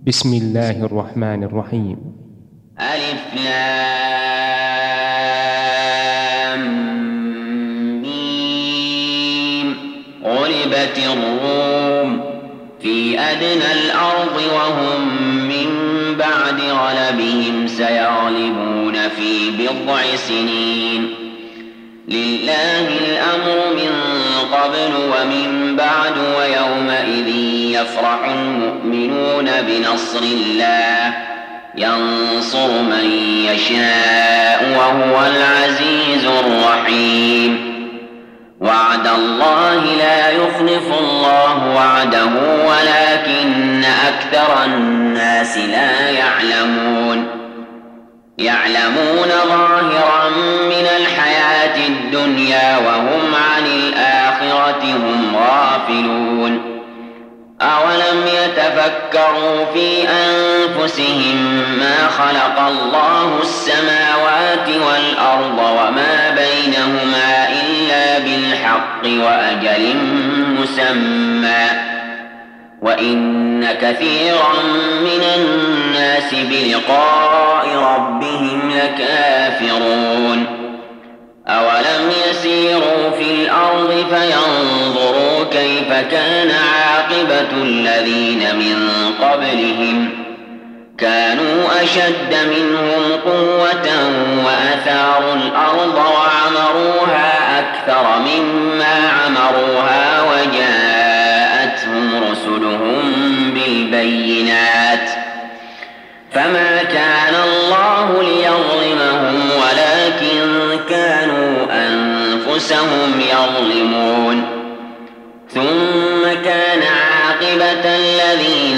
بسم الله الرحمن الرحيم. ألف لام ميم. غلبت الروم في أدنى الأرض وهم من بعد غلبهم سيغلبون في بضع سنين. لله الأمر من قبل ومن بعد ويومئذ يفرح المؤمنون بنصر الله ينصر من يشاء وهو العزيز الرحيم. وعد الله لا يخلف الله وعده ولكن أكثر الناس لا يعلمون ظاهرا من الحياة الدنيا وهم عن الآخرة هم غافلون. أولم يتفكروا في أنفسهم ما خلق الله السماوات والأرض وما بينهما إلا بالحق وأجل مسمى وإن كثيرا من الناس بلقاء ربهم لكافرون. أولم يسيروا في الأرض فينظروا كيف كان عاقبة الذين من قبلهم كانوا أشد منهم قوة وأثاروا الأرض وعمروها أكثر مما عمروها وجاءتهم رسلهم بالبينات فما كان الله ليظلمهم ولكن كانوا أنفسهم يظلمون. ثم كان عاقبة الذين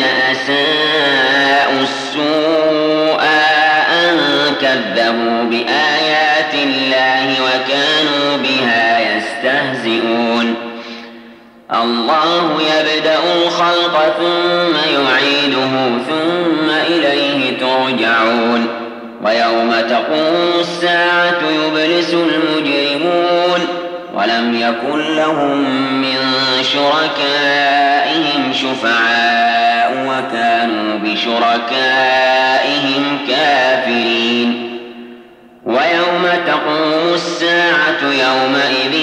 أساءوا السوء أن كذبوا بآيات الله وكانوا بها يستهزئون. الله يبدأ الخلق ثم يعيده ثم إليه ترجعون. ويوم تقوم الساعة يبلس المجرمون ولم يكن لهم من شركائهم شفعاء وكانوا بشركائهم كافرين. ويوم تقوم الساعة يومئذ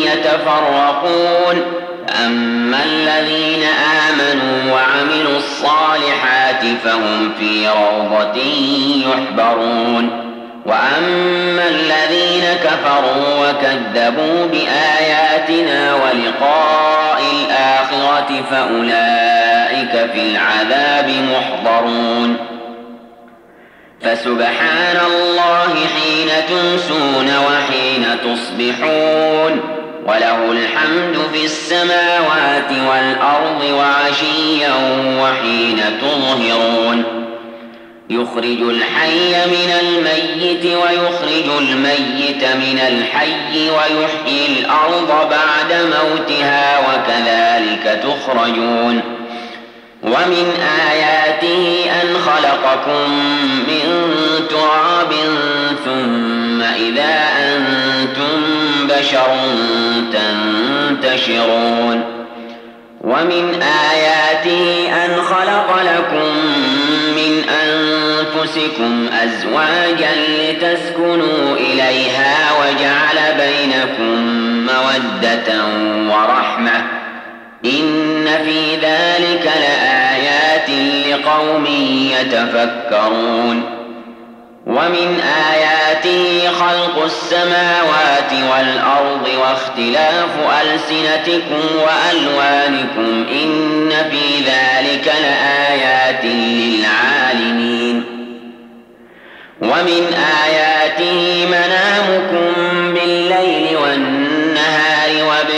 يتفرقون أما الذين آمنوا وعملوا الصالحات فهم في روضة يحبرون وأما الذين كفروا وكذبوا بآياتنا ولقاء الآخرة فأولئك في العذاب محضرون. فسبحان الله حين تمسون وحين تصبحون وله الحمد في السماوات والأرض وعشيا وحين تظهرون. يخرج الحي من الميت ويخرج الميت من الحي ويحيي الأرض بعد موتها وكذلك تخرجون. ومن آياته أن خلقكم من تراب ثم إذا أنتم بشر تنتشرون. ومن آياته أن خلق لكم من أنفسكم أزواجا لتسكنوا إليها وجعل بينكم مودة ورحمة إن في ذلك لآيات لقوم يتفكرون. ومن آياته خلق السماوات والأرض واختلاف ألسنتكم وألوانكم إن في ذلك لآيات للعالمين. ومن آياته منامكم بالليل والنهار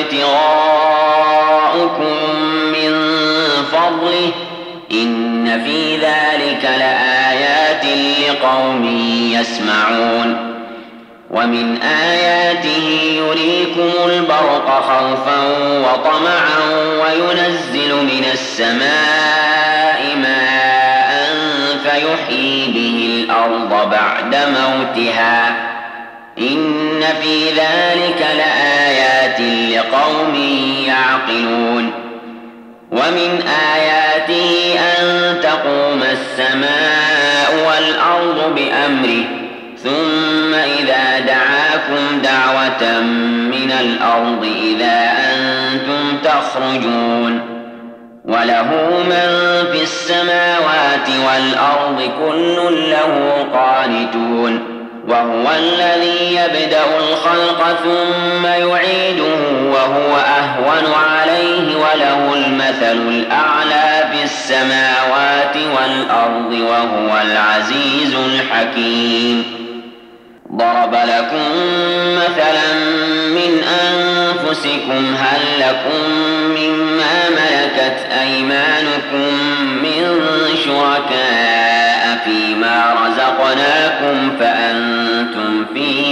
وابتغاؤكم من فضله إن في ذلك لآيات لقوم يسمعون. ومن آياته يريكم البرق خوفا وطمعا وينزل من السماء ماء فيحيي به الأرض بعد موتها إن في ذلك لآيات لقوم يعقلون. ومن آياته أن تقوم تقوم السماء والأرض بأمره ثم إذا دعاكم دعوة من الأرض إذا أنتم تخرجون وله من في السماوات والأرض كل له قانتون وهو الذي يبدأ الخلق ثم يعيده وهو أهون عليه وله المثل الأعلى في السماوات والأرض وهو العزيز الحكيم ضرب لكم مثلا من أنفسكم هل لكم مما ملكت أيمانكم من شركاء فيما رزقناكم فأنتم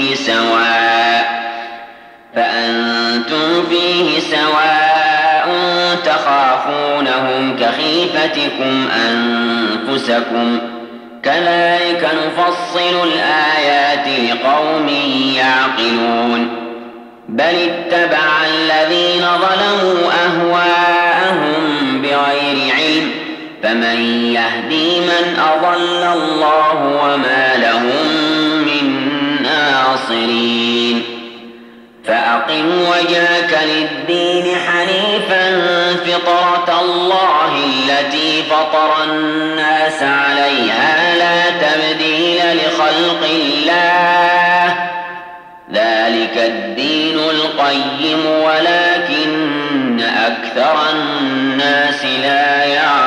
فيه سواء تخافونهم كخيفتكم أنفسكم كذلك نفصل الآيات لقوم يعقلون بل اتبع الذين ظلموا أهواءهم بغير علم فمن يهدي من أضل الله وما لهم من ناصرين فأقم وجهك للدين حنيفا فطرة الله التي فطر الناس عليها لا تبديل لخلق الله ذلك الدين القيم ولكن أكثر الناس لا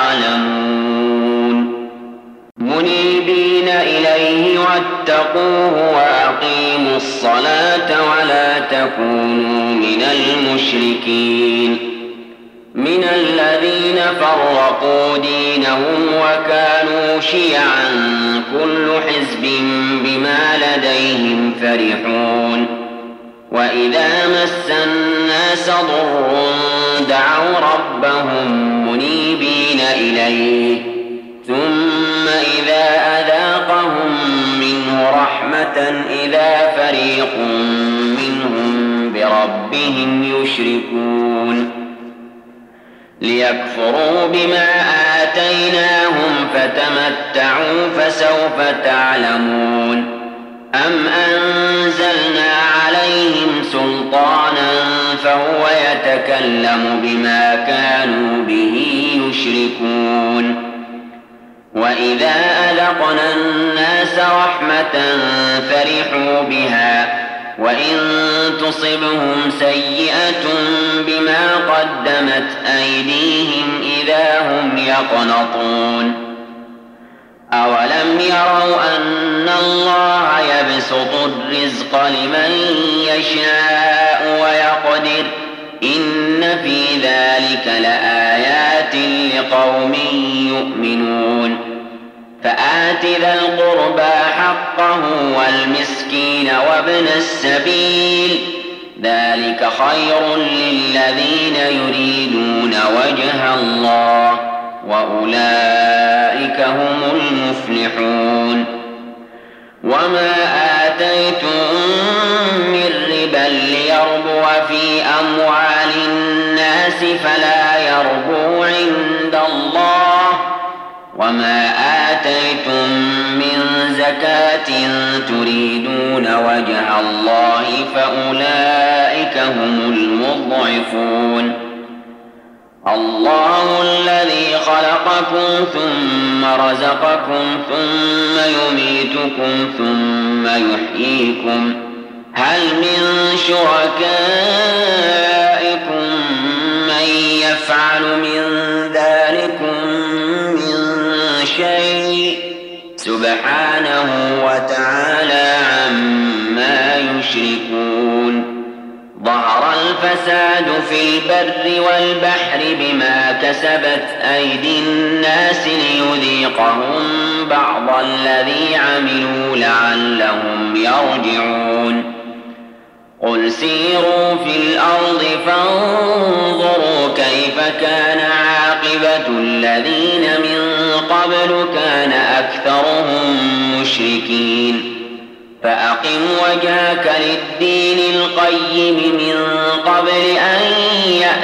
يعلمون منيبين إليه واتقوه وأقيموا الصلاة ولا تكونوا من المشركين من الذين فرقوا دينهم وكانوا شيعا كل حزب بما لديهم فرحون وإذا مس الناس ضر دعوا ربهم منيبين إليه ثم إذا أذاقهم منه رحمة إذا فريق منهم بربهم يشركون ليكفروا بما آتيناهم فتمتعوا فسوف تعلمون أم أنزلنا عليهم سلطانا فهو يتكلم بما كانوا به يشركون وإذا أذقنا الناس رحمة فرحوا بها وإن تصبهم سيئة بما قدمت أيديهم إذا هم يقنطون أولم يروا أن الله يبسط الرزق لمن يشاء ويقدر إن في ذلك لآيات لقوم يؤمنون فآت ذا القربى حقه والمسكين وابن السبيل ذلك خير للذين يريدون وجه الله وأولئك هم المفلحون وما آتيتم من ربا ليربو في أموال الناس فلا يربو عند الله وما آتيتم من زكاة تريدون وجه الله فأولئك هم المضعفون الله الذي خلقكم ثم رزقكم ثم يميتكم ثم يحييكم هل من شركائكم من يفعل من ذلكم من شيء سبحانه وتعالى عما يشركون ظهر الفساد في البر والبحر بما كسبت أيدي الناس ليذيقهم بعض الذي عملوا لعلهم يرجعون قل سيروا في الأرض فانظروا كيف كان عاقبة الذين من قبل كان أكثرهم مشركين فأقم وجهك للدين القيم من قبل أن يأتي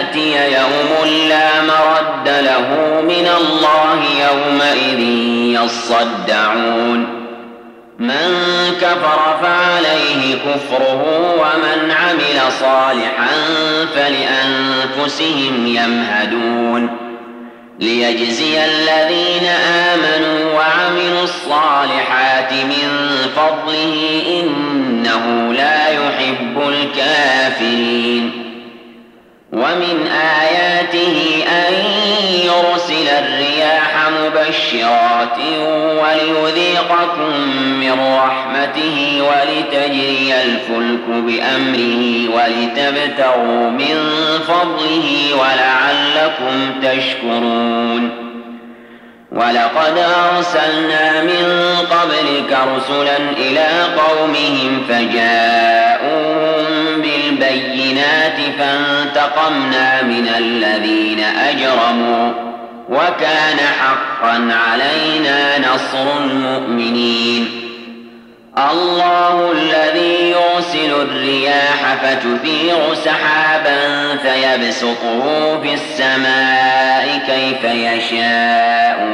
يأتي يوم لا مرد له من الله يومئذ يصدعون من كفر فعليه كفره ومن عمل صالحا فلأنفسهم يمهدون ليجزي الذين آمنوا وعملوا الصالحات من فضله إنه لا يحب الكافرين ومن آياته أن يرسل الرياح مبشرات وليذيقكم من رحمته ولتجري الفلك بأمره ولتبتغوا من فضله ولعلكم تشكرون ولقد أرسلنا من قبلك رسلا إلى قومهم فجاءوهم بالبينات فانتقمنا من الذين أجرموا وكان حقا علينا نصر المؤمنين الله الذي يرسل الرياح فتثير سحابا فيبسطه في السماء كيف يشاء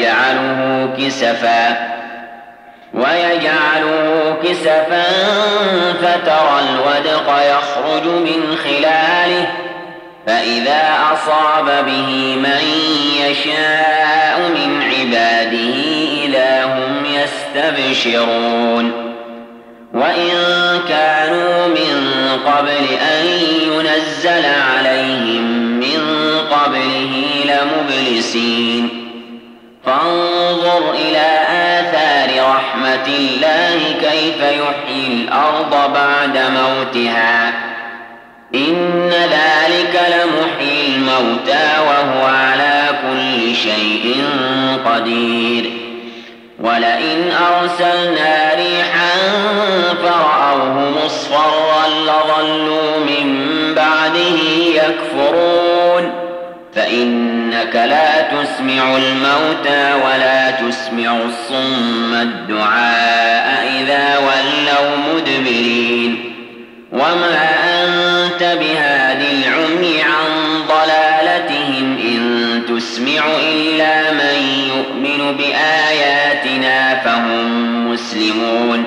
ويجعله كسفا فترى الودق يخرج من خلاله فإذا أصاب به من يشاء من عباده إذا هم يستبشرون وإن كانوا من قبل أن ينزل عليهم من قبله لمبلسين فانظر إلى آثار رحمة الله كيف يحيي الأرض بعد موتها إن ذلك لمحيي الموتى وهو على كل شيء قدير ولئن أرسلنا ريحا فرأوه مصفرا لظلوا من بعده يكفرون فإنك لا تسمع الموتى ولا تسمع الصم الدعاء إذا ولوا مدبرين وما أنت بهاد العمي عن ضلالتهم إن تسمع إلا من يؤمن بآياتنا فهم مسلمون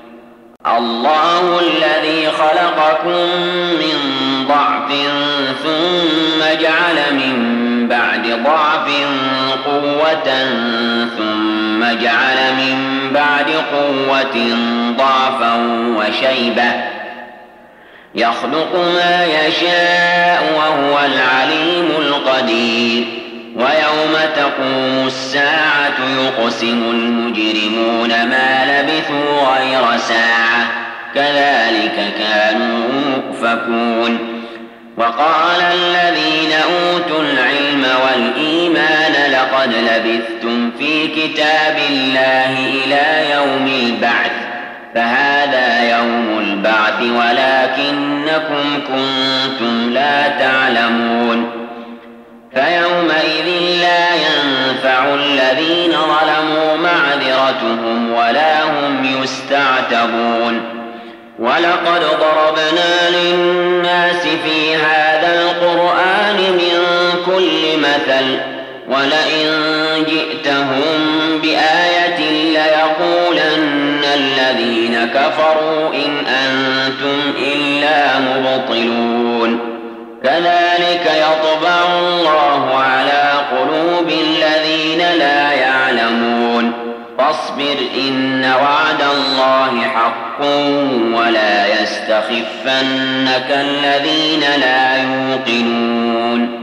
الله الذي خلقكم من ضعف ثم جعل من بعد ضعف قوة ثم جعل من بعد قوة ضعفا وشيبة يخلق ما يشاء وهو العليم القدير ويوم تقوم الساعة يقسم المجرمون ما لبثوا غير ساعة كذلك كانوا يؤفكون وقال الذين أوتوا العلم والإيمان لقد لبثتم في كتاب الله إلى يوم البعث فهذا يوم البعث ولكنكم كنتم لا تعلمون فيومئذ لا ينفع الذين ظلموا معذرتهم ولا هم يستعتبون ولقد ضربنا للناس في هذا القرآن من كل مثل ولئن جئتهم بآية ليقولن الذين كفروا إن أنتم إلا مبطلون كذلك يطبع الله على قلوب الذين لا يعلمون فاصبر إن وعد الله حق ولا يستخفنك الذين لا يوقنون